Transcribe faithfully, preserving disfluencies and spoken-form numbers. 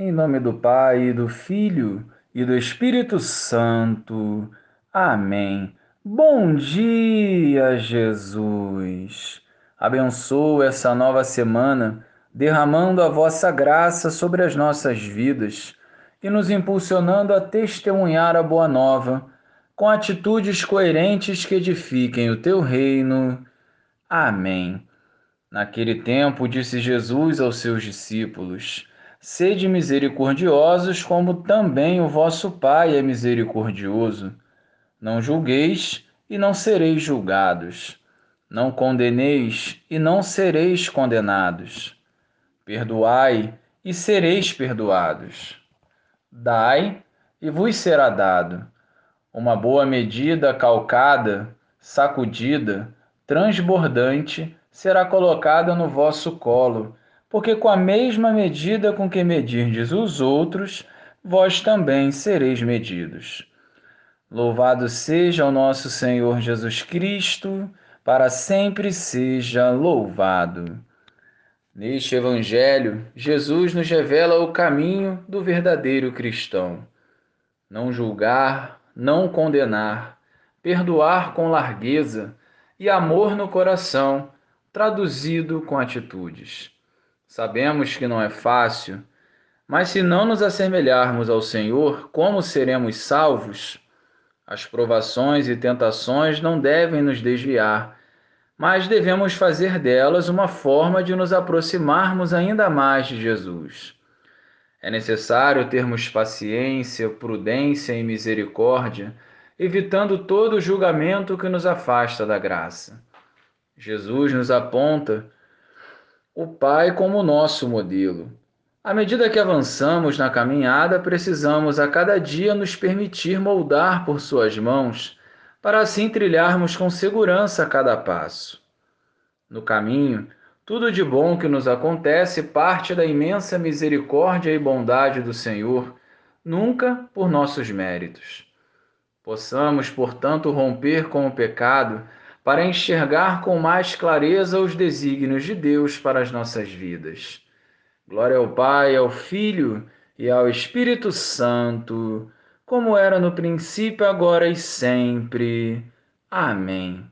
Em nome do Pai, e do Filho e do Espírito Santo. Amém. Bom dia, Jesus. Abençoa essa nova semana, derramando a vossa graça sobre as nossas vidas e nos impulsionando a testemunhar a boa nova, com atitudes coerentes que edifiquem o teu reino. Amém. Naquele tempo, disse Jesus aos seus discípulos: Sede misericordiosos, como também o vosso Pai é misericordioso. Não julgueis e não sereis julgados. Não condeneis e não sereis condenados. Perdoai e sereis perdoados. Dai e vos será dado. Uma boa medida, calcada, sacudida, transbordante, será colocada no vosso colo, porque com a mesma medida com que medirdes os outros, vós também sereis medidos. Louvado seja o nosso Senhor Jesus Cristo, para sempre seja louvado. Neste Evangelho, Jesus nos revela o caminho do verdadeiro cristão. Não julgar, não condenar, perdoar com largueza e amor no coração, traduzido com atitudes. Sabemos que não é fácil, mas se não nos assemelharmos ao Senhor, como seremos salvos? As provações e tentações não devem nos desviar, mas devemos fazer delas uma forma de nos aproximarmos ainda mais de Jesus. É necessário termos paciência, prudência e misericórdia, evitando todo julgamento que nos afasta da graça. Jesus nos aponta o Pai como nosso modelo. À medida que avançamos na caminhada, precisamos a cada dia nos permitir moldar por Suas mãos, para assim trilharmos com segurança cada passo. No caminho, tudo de bom que nos acontece parte da imensa misericórdia e bondade do Senhor, nunca por nossos méritos. Possamos, portanto, romper com o pecado para enxergar com mais clareza os desígnios de Deus para as nossas vidas. Glória ao Pai, ao Filho e ao Espírito Santo, como era no princípio, agora e sempre. Amém.